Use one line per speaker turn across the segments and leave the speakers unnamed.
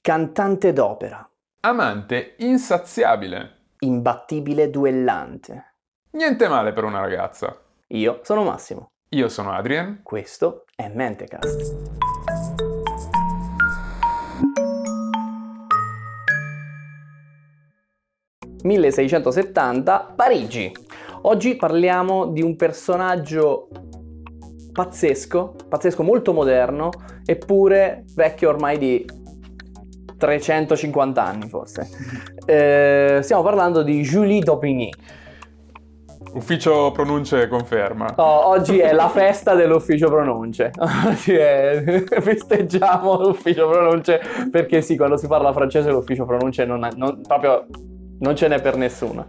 Cantante d'opera.
Amante insaziabile.
Imbattibile duellante.
Niente male per una ragazza.
Io sono Massimo.
Io sono Adrien.
Questo è Mentecast. (1670) Parigi. Oggi parliamo di un personaggio pazzesco, molto moderno, eppure vecchio ormai di 350 anni forse. Stiamo parlando di Julie d'Aubigny.
Ufficio pronunce conferma.
Oggi è la festa dell'ufficio pronunce. Oggi festeggiamo l'ufficio pronunce perché sì, quando si parla francese l'ufficio pronunce non ce n'è per nessuno.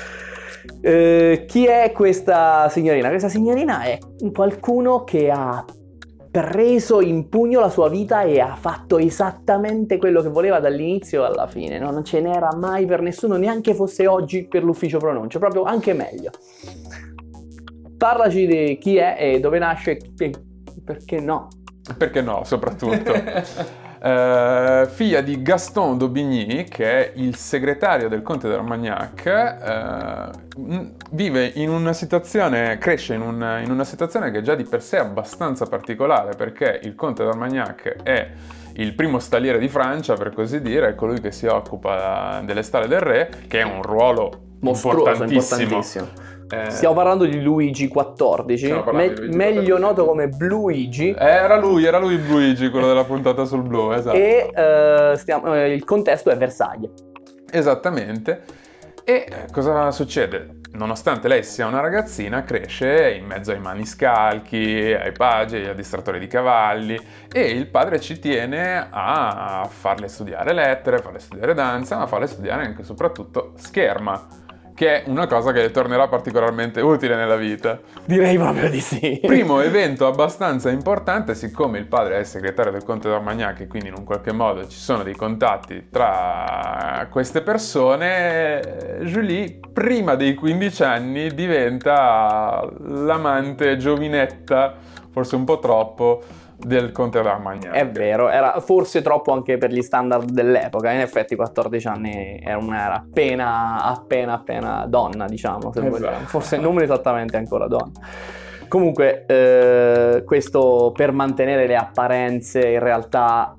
Chi è questa signorina? Questa signorina è qualcuno che ha preso in pugno la sua vita e ha fatto esattamente quello che voleva dall'inizio alla fine. Non ce n'era mai per nessuno, neanche fosse oggi per l'ufficio pronunce, proprio anche meglio. Parlaci di chi è e dove nasce e perché no.
Perché no, soprattutto. Figlia di Gaston d'Aubigny, che è il segretario del conte d'Armagnac, vive in una situazione, cresce in una situazione che già di per sé è abbastanza particolare, perché il conte d'Armagnac è il primo stalliere di Francia, per così dire, è colui che si occupa delle stalle del re, che è un ruolo
mostruoso, importantissimo. Stiamo parlando di Luigi XIV, meglio noto come Bluigi.
Era lui Bluigi, quello della puntata sul blu, esatto.
E il contesto è Versailles.
Esattamente. E cosa succede? Nonostante lei sia una ragazzina, cresce in mezzo ai maniscalchi, ai pagi, agli addestratori di cavalli, e il padre ci tiene a farle studiare lettere, farle studiare danza, ma farle studiare anche e soprattutto scherma, che è una cosa che le tornerà particolarmente utile nella vita.
Direi proprio di sì.
Primo evento abbastanza importante, siccome il padre è il segretario del conte d'Armagnac e quindi in un qualche modo ci sono dei contatti tra queste persone, Julie prima dei 15 anni diventa l'amante giovinetta, forse un po' troppo, del conte d'Armagnac.
È vero, era forse troppo anche per gli standard dell'epoca. In effetti 14 anni era appena donna, diciamo, se vogliamo. Forse non esattamente ancora donna. Comunque questo per mantenere le apparenze, in realtà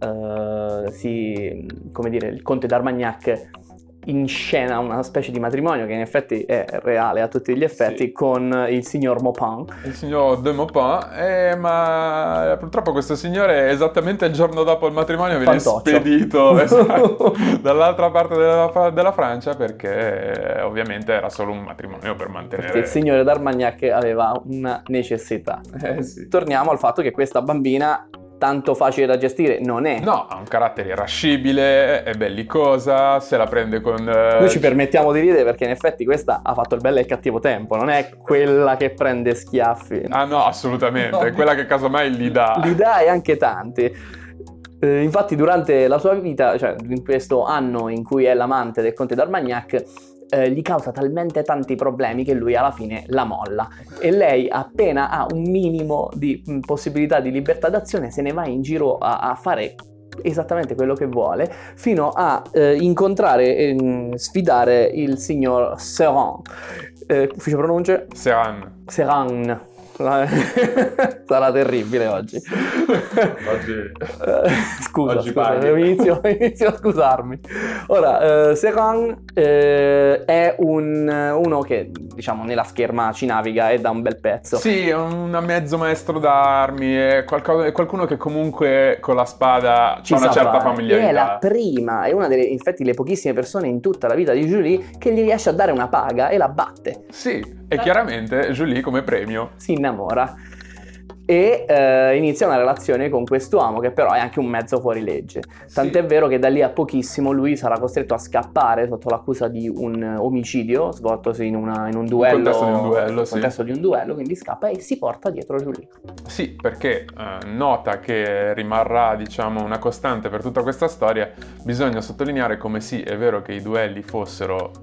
il conte d'Armagnac inscena una specie di matrimonio che in effetti è reale a tutti gli effetti, sì, con il signor Maupin.
Il signor de Maupin, ma purtroppo questo signore esattamente il giorno dopo il matrimonio viene spedito dall'altra parte della Francia, perché ovviamente era solo un matrimonio per mantenere...
Perché il signore d'Armagnac aveva una necessità.
Sì.
Torniamo al fatto che questa bambina tanto facile da gestire non è.
No, ha un carattere irascibile, è bellicosa, se la prende con...
Noi ci permettiamo di ridere perché in effetti questa ha fatto il bello e il cattivo tempo, non è quella che prende schiaffi.
Ah no, assolutamente, è quella che casomai li dà.
Li dà e anche tanti. Infatti durante la sua vita, cioè in questo anno in cui è l'amante del conte d'Armagnac, gli causa talmente tanti problemi che lui alla fine la molla, e lei appena ha un minimo di possibilità di libertà d'azione se ne va in giro a fare esattamente quello che vuole, fino a incontrare e sfidare il signor Serran. Ufficio pronunce? Serran. Sarà terribile oggi. Scusa, inizio a scusarmi. Ora, Serran è uno che, diciamo, nella scherma ci naviga e da un bel pezzo.
Sì, è un mezzo maestro d'armi, è qualcuno che comunque con la spada ha una certa familiarità.
È la prima, è una delle, infatti, le pochissime persone in tutta la vita di Julie che gli riesce a dare una paga e la batte.
Sì, e chiaramente Julie come premio
si innamora e inizia una relazione con quest'uomo che però è anche un mezzo fuorilegge. Tant'è vero che da lì a pochissimo lui sarà costretto a scappare sotto l'accusa di un omicidio svoltosi in un duello,
nel
contesto di un duello, quindi scappa e si porta dietro Julie.
Sì, perché nota che rimarrà, diciamo, una costante per tutta questa storia. Bisogna sottolineare come sì, è vero che i duelli fossero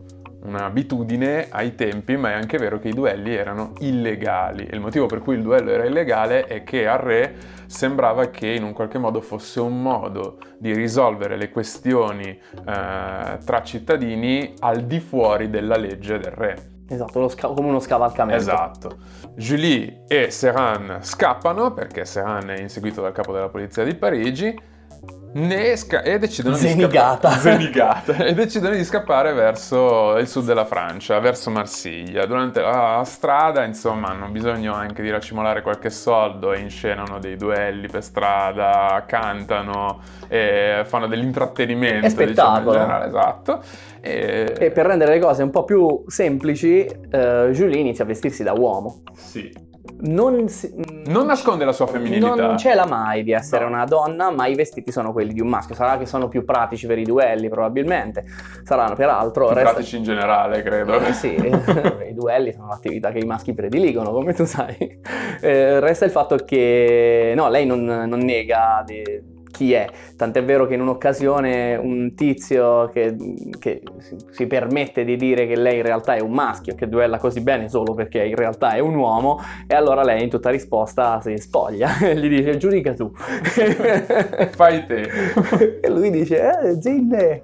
un'abitudine ai tempi, ma è anche vero che i duelli erano illegali. E il motivo per cui il duello era illegale è che al re sembrava che in un qualche modo fosse un modo di risolvere le questioni tra cittadini al di fuori della legge del re.
Esatto, come uno scavalcamento.
Esatto. Julie e Sérane scappano perché Sérane è inseguito dal capo della polizia di Parigi e decidono e decidono di scappare verso il sud della Francia, verso Marsiglia. Durante la strada, insomma, hanno bisogno anche di racimolare qualche soldo e inscenano dei duelli per strada, cantano e fanno dell'intrattenimento,
è spettacolo,
diciamo, in generale, esatto.
E per rendere le cose un po' più semplici, Julie inizia a vestirsi da uomo.
Sì.
Non
nasconde la sua femminilità.
Non cela mai di essere una donna, ma i vestiti sono quelli di un maschio. Sarà che sono più pratici per i duelli, probabilmente. Saranno peraltro
pratici in generale, credo.
Sì, i duelli sono l'attività che i maschi prediligono, come tu sai. Resta il fatto che no, lei non nega chi è, tant'è vero che in un'occasione un tizio che si permette di dire che lei in realtà è un maschio, che duella così bene solo perché in realtà è un uomo, e allora lei in tutta risposta si spoglia e gli dice giudica tu.
Fai te.
E lui dice Zinne.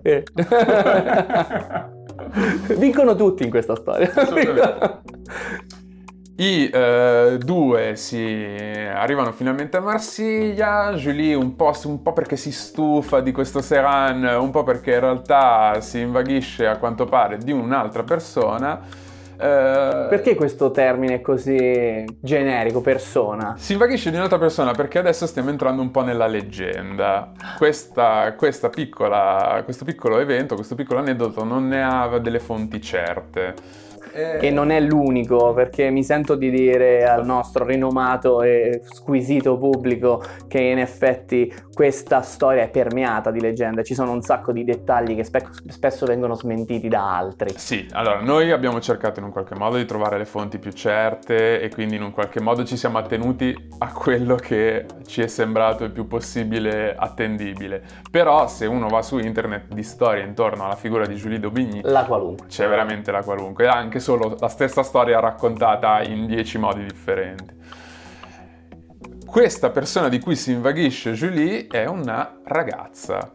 Vincono tutti in questa storia.
I due arrivano finalmente a Marsiglia, Julie un po' perché si stufa di questo Sérane, un po' perché in realtà si invaghisce a quanto pare di un'altra persona.
Perché questo termine è così generico, persona?
Si invaghisce di un'altra persona perché adesso stiamo entrando un po' nella leggenda. Questo piccolo evento, questo piccolo aneddoto non ne ha delle fonti certe.
E non è l'unico, perché mi sento di dire al nostro rinomato e squisito pubblico che in effetti questa storia è permeata di leggende, ci sono un sacco di dettagli che spesso vengono smentiti da altri.
Sì, allora noi abbiamo cercato in un qualche modo di trovare le fonti più certe e quindi in un qualche modo ci siamo attenuti a quello che ci è sembrato il più possibile attendibile. Però se uno va su internet di storie intorno alla figura di Julie d'Aubigny,
la qualunque,
c'è veramente la qualunque, anche solo la stessa storia raccontata in 10 modi differenti. Questa persona di cui si invaghisce Julie è una ragazza.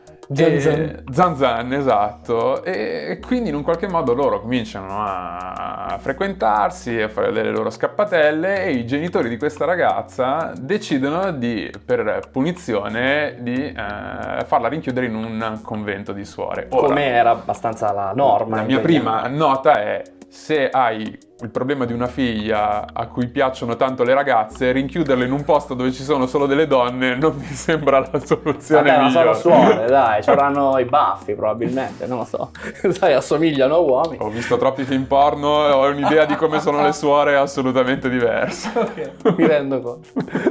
Zanzan, esatto. E quindi in un qualche modo loro cominciano a frequentarsi, a fare delle loro scappatelle, e i genitori di questa ragazza decidono per punizione di farla rinchiudere in un convento di suore. Ora,
come era abbastanza la norma.
La mia prima nota è: se hai il problema di una figlia a cui piacciono tanto le ragazze, rinchiuderle in un posto dove ci sono solo delle donne non mi sembra la soluzione migliore.
Ma sono suore, dai, ci avranno i baffi probabilmente, non lo so. Sai, assomigliano a uomini.
Ho visto troppi film porno e ho un'idea di come sono le suore assolutamente diversa.
Okay, mi rendo conto.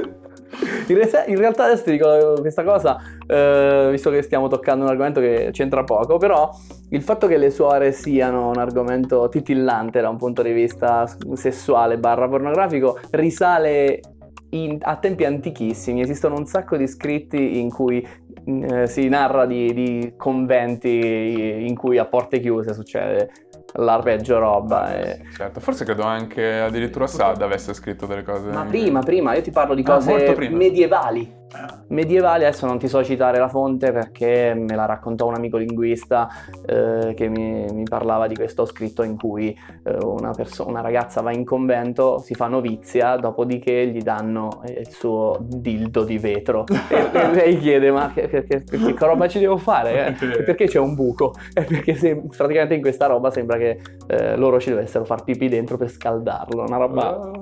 In realtà adesso ti dico questa cosa, visto che stiamo toccando un argomento che c'entra poco, però il fatto che le suore siano un argomento titillante da un punto di vista sessuale / pornografico risale a tempi antichissimi. Esistono un sacco di scritti in cui si narra di conventi in cui a porte chiuse succede la peggio roba.
Certo, forse credo anche addirittura Sade avesse scritto delle cose.
Ma prima, io ti parlo di cose medievali. Medievali, adesso non ti so citare la fonte perché me la raccontò un amico linguista che mi parlava di questo scritto in cui una ragazza va in convento, si fa novizia, dopodiché gli danno il suo dildo di vetro e lei chiede: ma che roba ci devo fare? Perché c'è un buco? Perché praticamente in questa roba sembra che loro ci dovessero far pipì dentro per scaldarlo, una roba.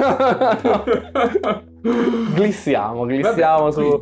Glissiamo su.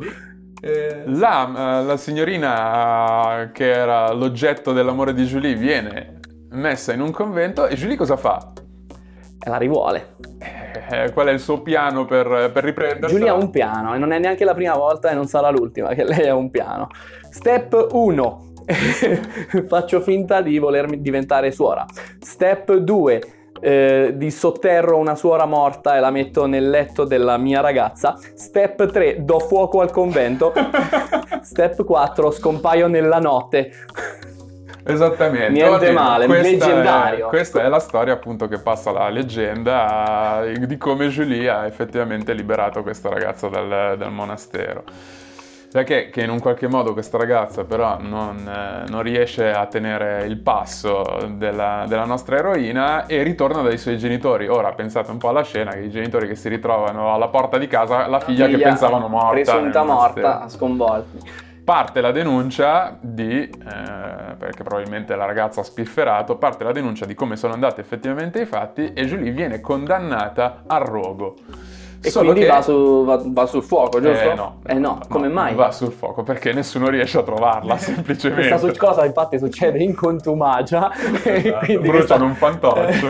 La signorina che era l'oggetto dell'amore di Julie viene messa in un convento e Julie cosa fa?
La rivuole.
Qual è il suo piano per riprendersi?
Julie ha un piano e non è neanche la prima volta e non sarà l'ultima che lei ha un piano. Step 1. Faccio finta di volermi diventare suora. Step 2. Dissotterro una suora morta e la metto nel letto della mia ragazza. Step 3, do fuoco al convento. Step 4, scompaio nella notte.
Esattamente.
Niente male, leggendario.
Questa è la storia appunto che passa la leggenda di come Julie ha effettivamente liberato questa ragazza dal monastero. Perché che in un qualche modo questa ragazza però non riesce a tenere il passo della nostra eroina e ritorna dai suoi genitori. Ora pensate un po' alla scena, che i genitori che si ritrovano alla porta di casa la figlia che pensavano morta.
Presunta morta, sconvolti.
Parte la denuncia perché probabilmente la ragazza ha spifferato, parte la denuncia di come sono andati effettivamente i fatti e Julie viene condannata al rogo.
E solo quindi va sul fuoco, giusto?
No,
come mai?
Va sul fuoco perché nessuno riesce a trovarla, semplicemente.
Questa cosa infatti succede in contumacia.
Esatto. Bruciano un fantoccio.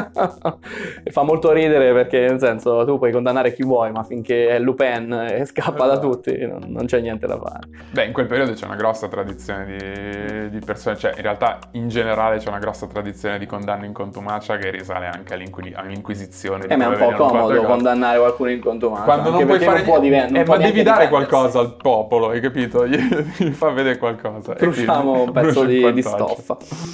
Fa molto ridere perché, nel senso, tu puoi condannare chi vuoi, ma finché è Lupin e scappa da tutti, non c'è niente da fare.
Beh, in quel periodo c'è una grossa tradizione di persone, cioè in realtà in generale c'è una grossa tradizione di condanne in contumacia che risale anche all'Inquisizione.
Ma è un po' comodo condannare qualcuno in contumacia.
Quando non puoi fare niente, ma devi dare qualcosa al popolo, hai capito? Gli fa vedere qualcosa.
Bruciamo un pezzo di stoffa.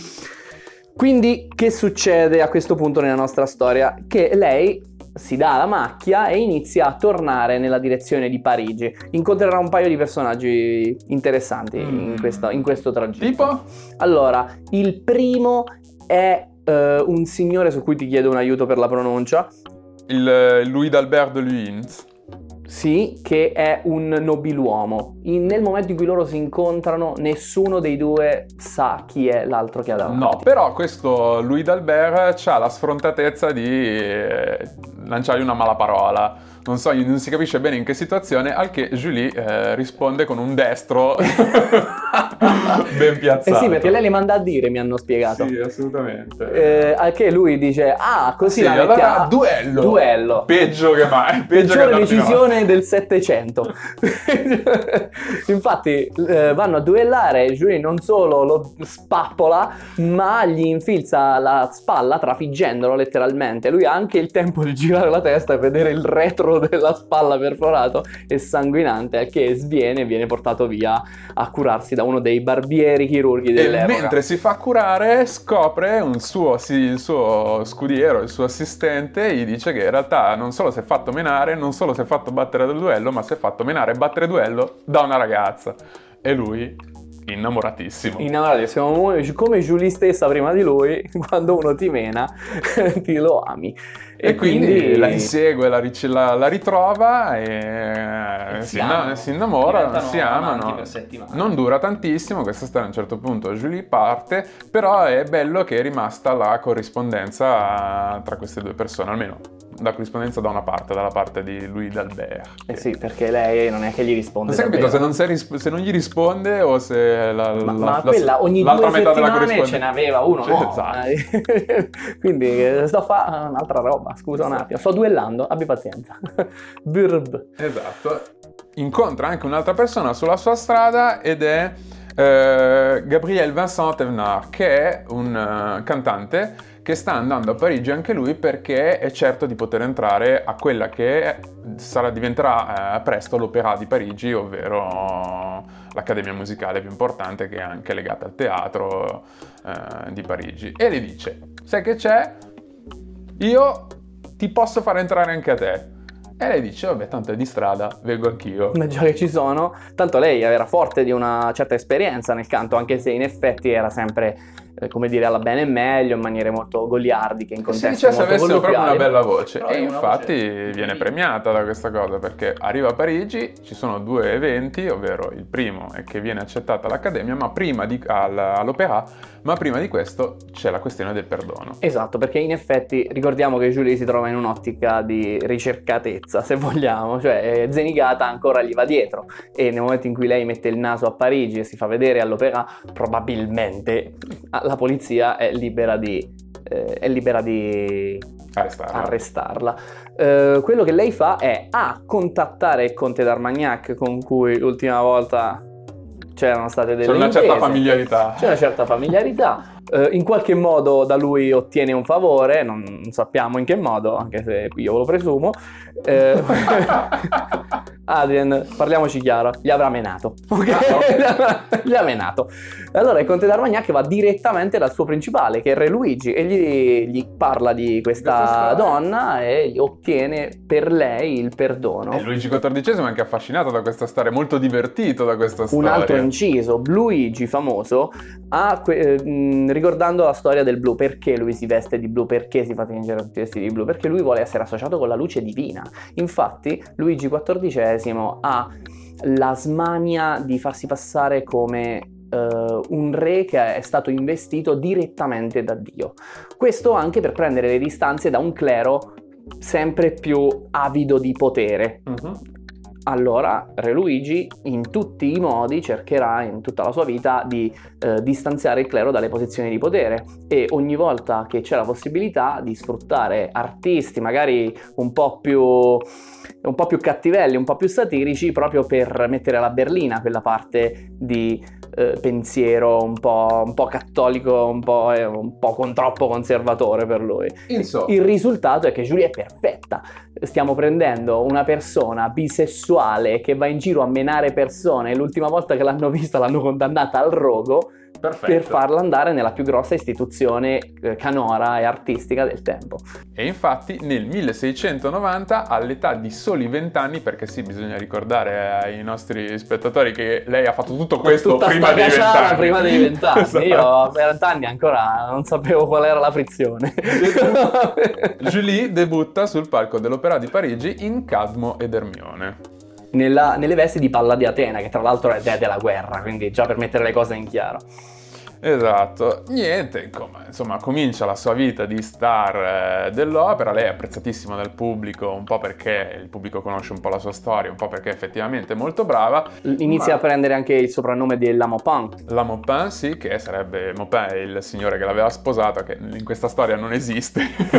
Quindi che succede a questo punto nella nostra storia? Che lei si dà la macchia e inizia a tornare nella direzione di Parigi. Incontrerà un paio di personaggi interessanti in questo tragitto.
Tipo?
Allora, il primo è un signore su cui ti chiedo un aiuto per la pronuncia.
Il Louis d'Albert de Luynes.
Sì, che è un nobiluomo. Nel momento in cui loro si incontrano, nessuno dei due sa chi è l'altro che ha davanti.
No, però questo Louis d'Albert ha la sfrontatezza di lanciargli una mala parola. Non si capisce bene in che situazione, al che Julie risponde con un destro ben piazzato.
Sì, perché lei le manda a dire, mi hanno spiegato.
Sì, assolutamente.
Al che lui dice, così
sì,
la mettiamo.
Allora, duello. Peggio che mai.
Peggiore decisione del Settecento. Infatti vanno a duellare, Julie non solo lo spappola, ma gli infilza la spalla trafiggendolo letteralmente. Lui ha anche il tempo di girare la testa e vedere il retro della spalla perforato e sanguinante, che sviene e viene portato via a curarsi da uno dei barbieri chirurghi dell'epoca.
E mentre si fa curare scopre il suo scudiero, il suo assistente, gli dice che in realtà non solo si è fatto menare, non solo si è fatto battere dal duello, ma si è fatto menare e battere duello da una ragazza. E lui innamoratissimo,
come Julie stessa prima di lui. Quando uno ti mena ti lo ami.
E quindi la insegue, la ritrova e si innamora, si amano. Non dura tantissimo questa storia, a un certo punto Julie parte, però è bello che è rimasta la corrispondenza tra queste due persone, almeno la corrispondenza da una parte, dalla parte di Louis d'Albert.
Sì, perché lei non è che gli risponde.
Non si è capito se non gli risponde o se
ogni 2 settimane ce n'aveva uno.
Esatto.
Quindi sto a fare un'altra roba, scusa un attimo, sto duellando, abbi pazienza.
Esatto. Incontra anche un'altra persona sulla sua strada ed è Gabriel Vincent Thévenard, che è un cantante che sta andando a Parigi anche lui perché è certo di poter entrare a quella che diventerà presto l'Opéra di Parigi, ovvero l'accademia musicale più importante, che è anche legata al teatro di Parigi. E le dice: sai che c'è? Io ti posso far entrare anche a te. E lei dice: vabbè, tanto è di strada, vengo anch'io.
Ma già che ci sono. Tanto lei era forte di una certa esperienza nel canto, anche se in effetti era sempre, come dire, alla bene e meglio, in maniere molto goliardiche, in contesti molto
avesse
colloquiali.
proprio una bella voce.
Però
E infatti viene premiata da questa cosa, perché arriva a Parigi, ci sono 2 eventi, ovvero il primo è che viene accettata all'Accademia, ma all'Opéra, ma prima di questo c'è la questione del perdono.
Esatto, perché in effetti ricordiamo che Julie si trova in un'ottica di ricercatezza, se vogliamo, cioè Zenigata ancora gli va dietro, e nel momento in cui lei mette il naso a Parigi e si fa vedere all'Opéra, probabilmente la polizia è libera di arrestarla. Quello che lei fa è contattare il conte d'Armagnac, con cui l'ultima volta c'erano state delle intese.
C'è una certa familiarità.
In qualche modo da lui ottiene un favore, non sappiamo in che modo, anche se io lo presumo. Adrien, parliamoci chiaro, gli avrà menato. Gli ha menato. Allora il conte d'Armagnac va direttamente dal suo principale, che è Re Luigi, e gli parla di questa donna e gli ottiene per lei il perdono.
E Luigi XIV è anche affascinato da questa storia, molto divertito da questa storia.
Un altro inciso, Luigi famoso, ricordando la storia del blu. Perché lui si veste di blu? Perché si fa tingere tutti i vestiti di blu? Perché lui vuole essere associato con la luce divina. Infatti Luigi XIV ha la smania di farsi passare come un re che è stato investito direttamente da Dio. Questo anche per prendere le distanze da un clero sempre più avido di potere. Allora Re Luigi in tutti i modi cercherà in tutta la sua vita di distanziare il clero dalle posizioni di potere, e ogni volta che c'è la possibilità di sfruttare artisti magari un po' più cattivelli, un po' più satirici, proprio per mettere alla berlina quella parte di pensiero un po' cattolico, un po' troppo conservatore per lui.
Insomma,
il risultato è che Julie è perfetta. Stiamo prendendo una persona bisessuale che va in giro a menare persone, e l'ultima volta che l'hanno vista l'hanno condannata al rogo.
perfetto.
Per farla andare nella più grossa istituzione canora e artistica del tempo.
E infatti nel 1690, all'età di soli 20 anni, perché sì, bisogna ricordare ai nostri spettatori che lei ha fatto tutto questo prima dei 20 anni.
Prima dei 20 anni.
Esatto.
Io a 20 anni ancora non sapevo qual era la frizione.
Julie debutta sul palco dell'Opéra di Parigi in Cadmo ed Ermione.
Nelle vesti di Palla di Atena, che tra l'altro è dea della guerra, quindi già per mettere le cose in chiaro.
Esatto, niente, insomma comincia la sua vita di star dell'opera. Lei è apprezzatissima dal pubblico, un po' perché il pubblico conosce un po' la sua storia, un po' perché effettivamente è molto brava.
Inizia a prendere anche il soprannome di La Maupin.
La Maupin, sì, che sarebbe Maupin, il signore che l'aveva sposata, che in questa storia non esiste.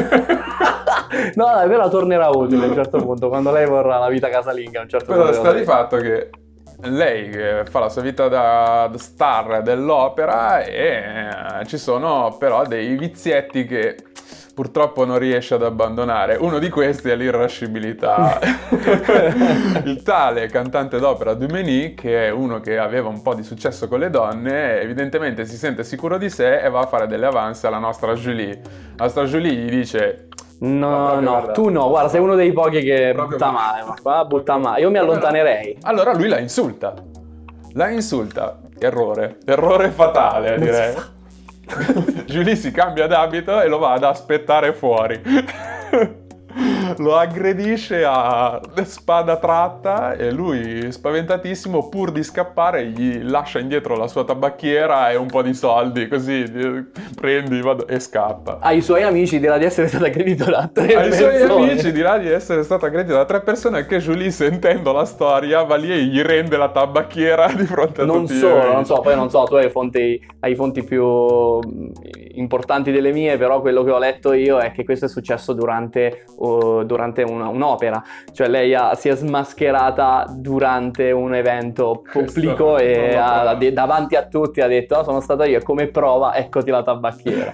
No, però tornerà utile a un certo punto, quando lei vorrà la vita casalinga a un certo punto.
Però sta di fatto che lei fa la sua vita da star dell'opera e ci sono però dei vizietti che purtroppo non riesce ad abbandonare. Uno di questi è l'irascibilità. Il tale cantante d'opera Dumeny, che è uno che aveva un po' di successo con le donne, evidentemente si sente sicuro di sé e va a fare delle avance alla nostra Julie. La nostra Julie gli dice:
No,
guarda,
tu no, guarda, sei uno dei pochi che
proprio
butta male, ma qua butta male. Io mi allontanerei.
Allora lui la insulta. Errore fatale, direi. Julie si cambia d'abito e lo va ad aspettare fuori. Lo aggredisce a spada tratta e lui, spaventatissimo, pur di scappare, gli lascia indietro la sua tabacchiera e un po' di soldi, così prendi e scappa.
Ai suoi amici dirà di essere stato aggredito da tre
Ai
persone.
suoi amici dirà di essere stato aggredito da 3 persone, che Julie, sentendo la storia, va lì e gli rende la tabacchiera di fronte a tutti gli amici.
Tu hai fonti più importanti delle mie, però quello che ho letto io è che questo è successo durante un'opera, cioè lei si è smascherata durante un evento pubblico e davanti a tutti ha detto: sono stata io, e come prova eccoti la tabacchiera.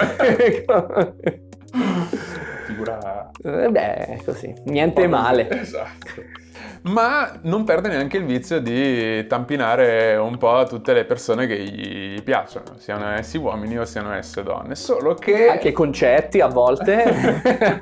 Figura...
così, niente male.
Esatto. Ma non perde neanche il vizio di tampinare un po' tutte le persone che gli piacciono, siano essi uomini o siano esse donne, solo che...
Anche concetti a volte,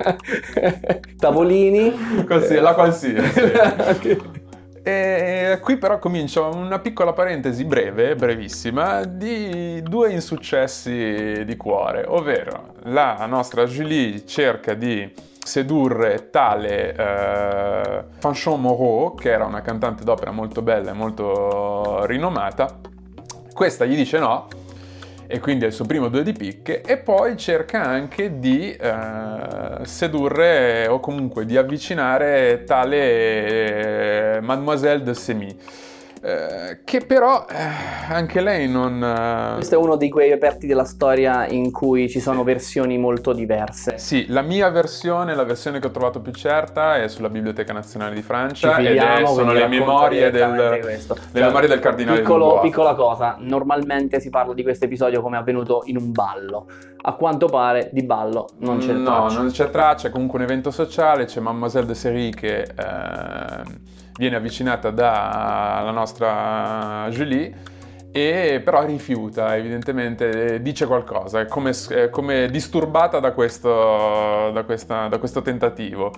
tavolini.
Così, la qualsiasi. E qui però comincia una piccola parentesi brevissima, di 2 insuccessi di cuore, ovvero la nostra Julie cerca di sedurre tale Fanchon Moreau, che era una cantante d'opera molto bella e molto rinomata. Questa gli dice no, e quindi è il suo primo 2 di picche, e poi cerca anche di sedurre o comunque di avvicinare tale Mademoiselle de Semy, che però anche lei non...
Questo è uno di quei reperti della storia in cui ci sono versioni molto diverse.
Sì, la mia versione, la versione che ho trovato più certa, è sulla Biblioteca Nazionale di Francia, sono le memorie del cardinale Dubois.
Piccola cosa, normalmente si parla di questo episodio come avvenuto in un ballo. A quanto pare di ballo non c'è traccia.
No, non c'è traccia, è comunque un evento sociale. C'è Mademoiselle de Semy che viene avvicinata dalla nostra Julie, e però rifiuta, evidentemente dice qualcosa, è come disturbata da questo tentativo.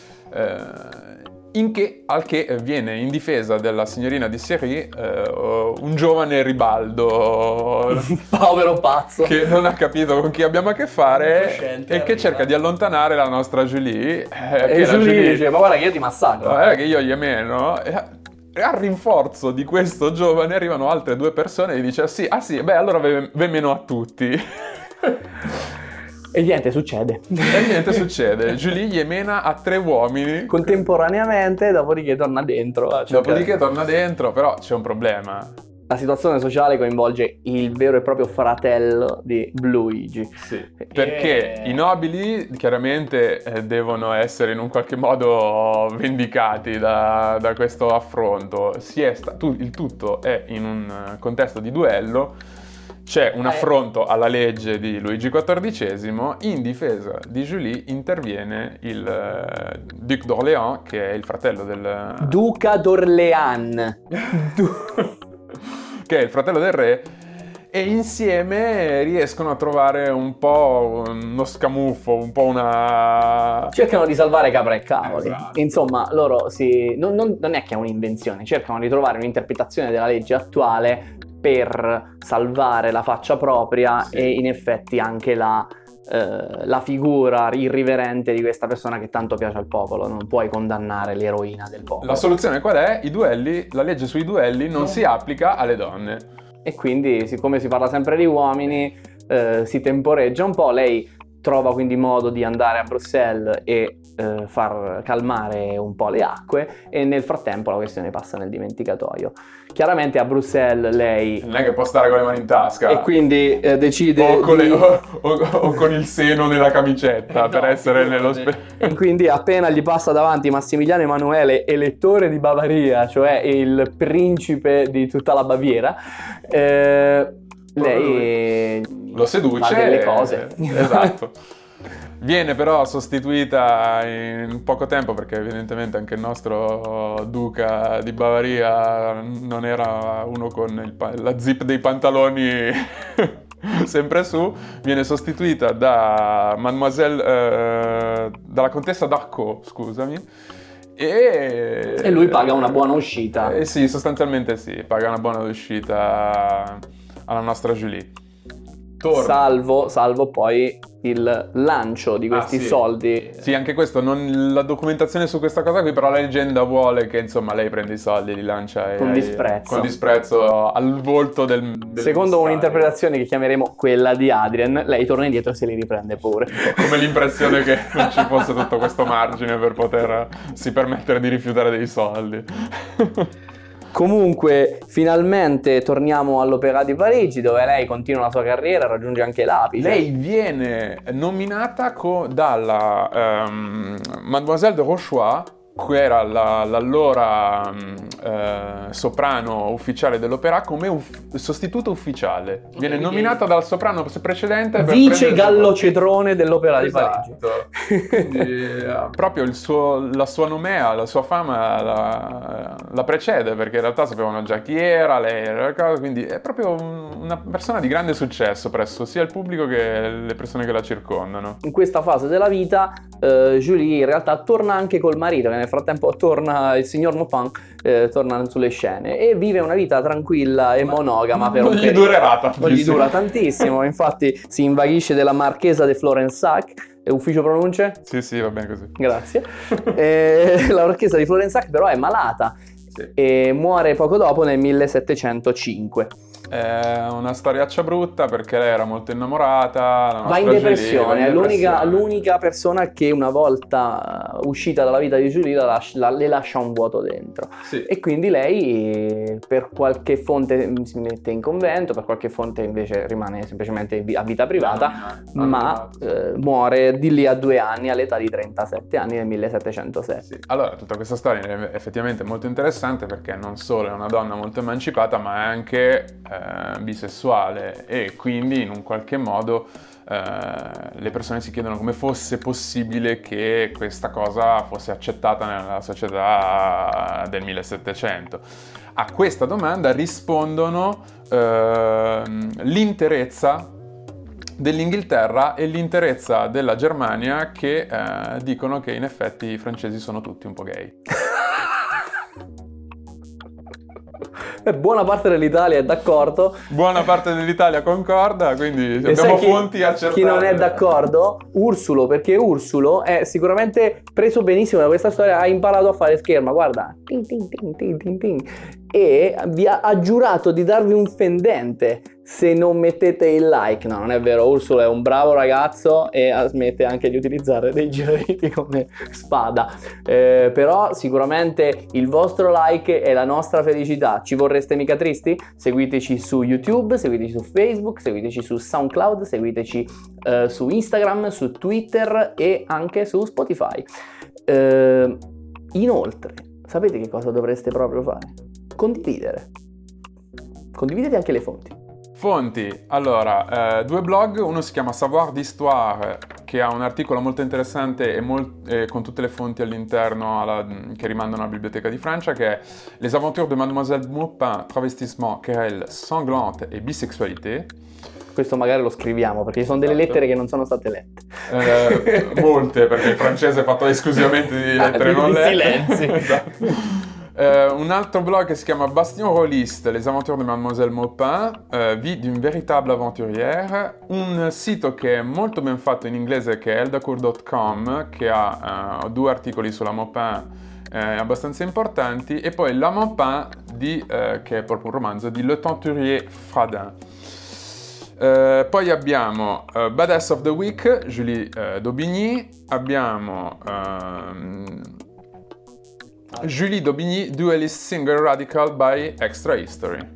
Al che viene in difesa della signorina di Seri un giovane ribaldo,
povero pazzo,
che non ha capito con chi abbiamo a che fare e che cerca di allontanare la nostra Julie.
E Julie dice: ma guarda che io ti massacro.
Guarda che io gli meno. E al rinforzo di questo giovane arrivano altre 2 persone e gli dice: ah sì, beh, allora ve meno a tutti.
E niente succede.
Julie gli mena a 3 uomini
contemporaneamente, dopodiché torna dentro.
Però c'è un problema.
La situazione sociale coinvolge il vero e proprio fratello di Luigi.
Sì, perché i nobili chiaramente devono essere in un qualche modo vendicati da questo affronto. Il tutto è in un contesto di duello. C'è un affronto alla legge di Luigi XIV, in difesa di Julie interviene il Duc d'Orléans, che è il fratello del...
Duca d'Orléans.
che è il fratello del re, e insieme riescono a trovare un po' uno scamuffo, un po' una...
Cercano di salvare capra e cavoli.
Esatto.
Insomma, loro non è che è un'invenzione, cercano di trovare un'interpretazione della legge attuale per salvare la faccia propria, sì, e in effetti anche la figura irriverente di questa persona che tanto piace al popolo. Non puoi condannare l'eroina del popolo.
La soluzione qual è? I duelli, la legge sui duelli non si applica alle donne.
E quindi, siccome si parla sempre di uomini, si temporeggia un po'. Lei trova quindi modo di andare a Bruxelles e far calmare un po' le acque, e nel frattempo la questione passa nel dimenticatoio. Chiaramente a Bruxelles lei
non è che può stare con le mani in tasca,
e quindi decide
o con il seno nella camicetta per essere nello
e quindi appena gli passa davanti Massimiliano Emanuele, elettore di Bavaria, cioè il principe di tutta la Baviera, lei
lo seduce,
fa delle cose.
Esatto. Viene però sostituita in poco tempo, perché evidentemente anche il nostro duca di Bavaria non era uno con la zip dei pantaloni sempre su. Viene sostituita da dalla contessa d'Arcos, scusami. E
lui paga una buona uscita.
Sì, sostanzialmente sì, paga una buona uscita alla nostra Julie.
Salvo poi il lancio di questi soldi.
Sì, anche questo, la documentazione su questa cosa qui, però la leggenda vuole che insomma lei prende i soldi e li lancia
con
disprezzo al volto del
secondo un'interpretazione che chiameremo quella di Adrien, lei torna indietro e se li riprende pure.
Come l'impressione che non ci fosse tutto questo margine per potersi permettere di rifiutare dei soldi.
Comunque, finalmente torniamo all'Opéra di Parigi, dove lei continua la sua carriera, raggiunge anche l'apice.
Lei viene nominata dalla Mademoiselle de Rochefort, che era l'allora soprano ufficiale dell'opera, come sostituto ufficiale. Viene nominata dal soprano precedente per
vice Gallo Cedrone dell'Opera di Parigi.
Quindi, proprio la sua nomea, la sua fama la precede, perché in realtà sapevano già chi era lei, quindi è proprio una persona di grande successo presso sia il pubblico che le persone che la circondano.
In questa fase della vita Julie in realtà torna anche col marito, che nel frattempo torna il signor Maupin, torna sulle scene e vive una vita tranquilla e monogama per
non
un
gli durerà tantissimo.
Non gli dura tantissimo, infatti si invaghisce della marchesa de Florensac. Ufficio pronunce?
Sì, va bene così.
Grazie. La marchesa di Florensac però è malata, sì, e muore poco dopo nel 1705.
È una storiaccia brutta, perché lei era molto innamorata.
Va in depressione, è l'unica persona che una volta uscita dalla vita di Julie le lascia un vuoto dentro.
Sì.
E quindi lei per qualche fonte si mette in convento, per qualche fonte invece rimane semplicemente a vita privata, ma muore di lì a 2 anni, all'età di 37 anni nel 1707.
Sì. Allora, tutta questa storia è effettivamente molto interessante, perché non solo è una donna molto emancipata, ma è anche bisessuale, e quindi in un qualche modo le persone si chiedono come fosse possibile che questa cosa fosse accettata nella società del 1700. A questa domanda rispondono l'interezza dell'Inghilterra e l'interezza della Germania, che dicono che in effetti i francesi sono tutti un po' gay.
Buona parte dell'Italia è d'accordo.
Buona parte dell'Italia concorda, quindi
E
abbiamo
sai
fonti accertate.
chi non è d'accordo? Ursulo, perché Ursulo è sicuramente preso benissimo da questa storia, ha imparato a fare scherma, guarda, ting, ting, ting, ting, ting, ting, e vi ha giurato di darvi un fendente se non mettete il like. No, non è vero, Ursulo è un bravo ragazzo e smette anche di utilizzare dei giriti come spada, però sicuramente il vostro like è la nostra felicità. Ci vorreste mica tristi? Seguiteci su YouTube, seguiteci su Facebook, seguiteci su SoundCloud, seguiteci su Instagram, su Twitter e anche su Spotify. Inoltre, sapete che cosa dovreste proprio fare? Condividere. Condividete anche le fonti.
Fonti, allora, due blog, uno si chiama Savoir d'Histoire, che ha un articolo molto interessante e con tutte le fonti all'interno che rimandano alla Biblioteca di Francia, che è Les aventures de Mademoiselle Maupin, travestissement, querelle sanglante et bisexualité.
Questo magari lo scriviamo, perché ci sono delle lettere che non sono state lette.
Molte, perché il francese è fatto esclusivamente di lettere non lette.
Silenzi.
Esatto. Un altro blog che si chiama Bastion Rolliste, Les aventures de Mademoiselle Maupin, vie d'une véritable aventurière, un sito che è molto ben fatto in inglese che è eldacour.com, che ha due articoli sulla Maupin abbastanza importanti, e poi La Maupin che è proprio un romanzo di Le Tenturier Fradin. Poi abbiamo Badass of the Week, Julie Daubigny, abbiamo Julie Daubigny, Duelist Singer Radical by Extra History.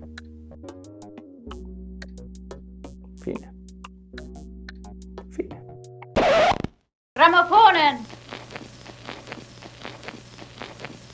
Fine.
Grammofonen!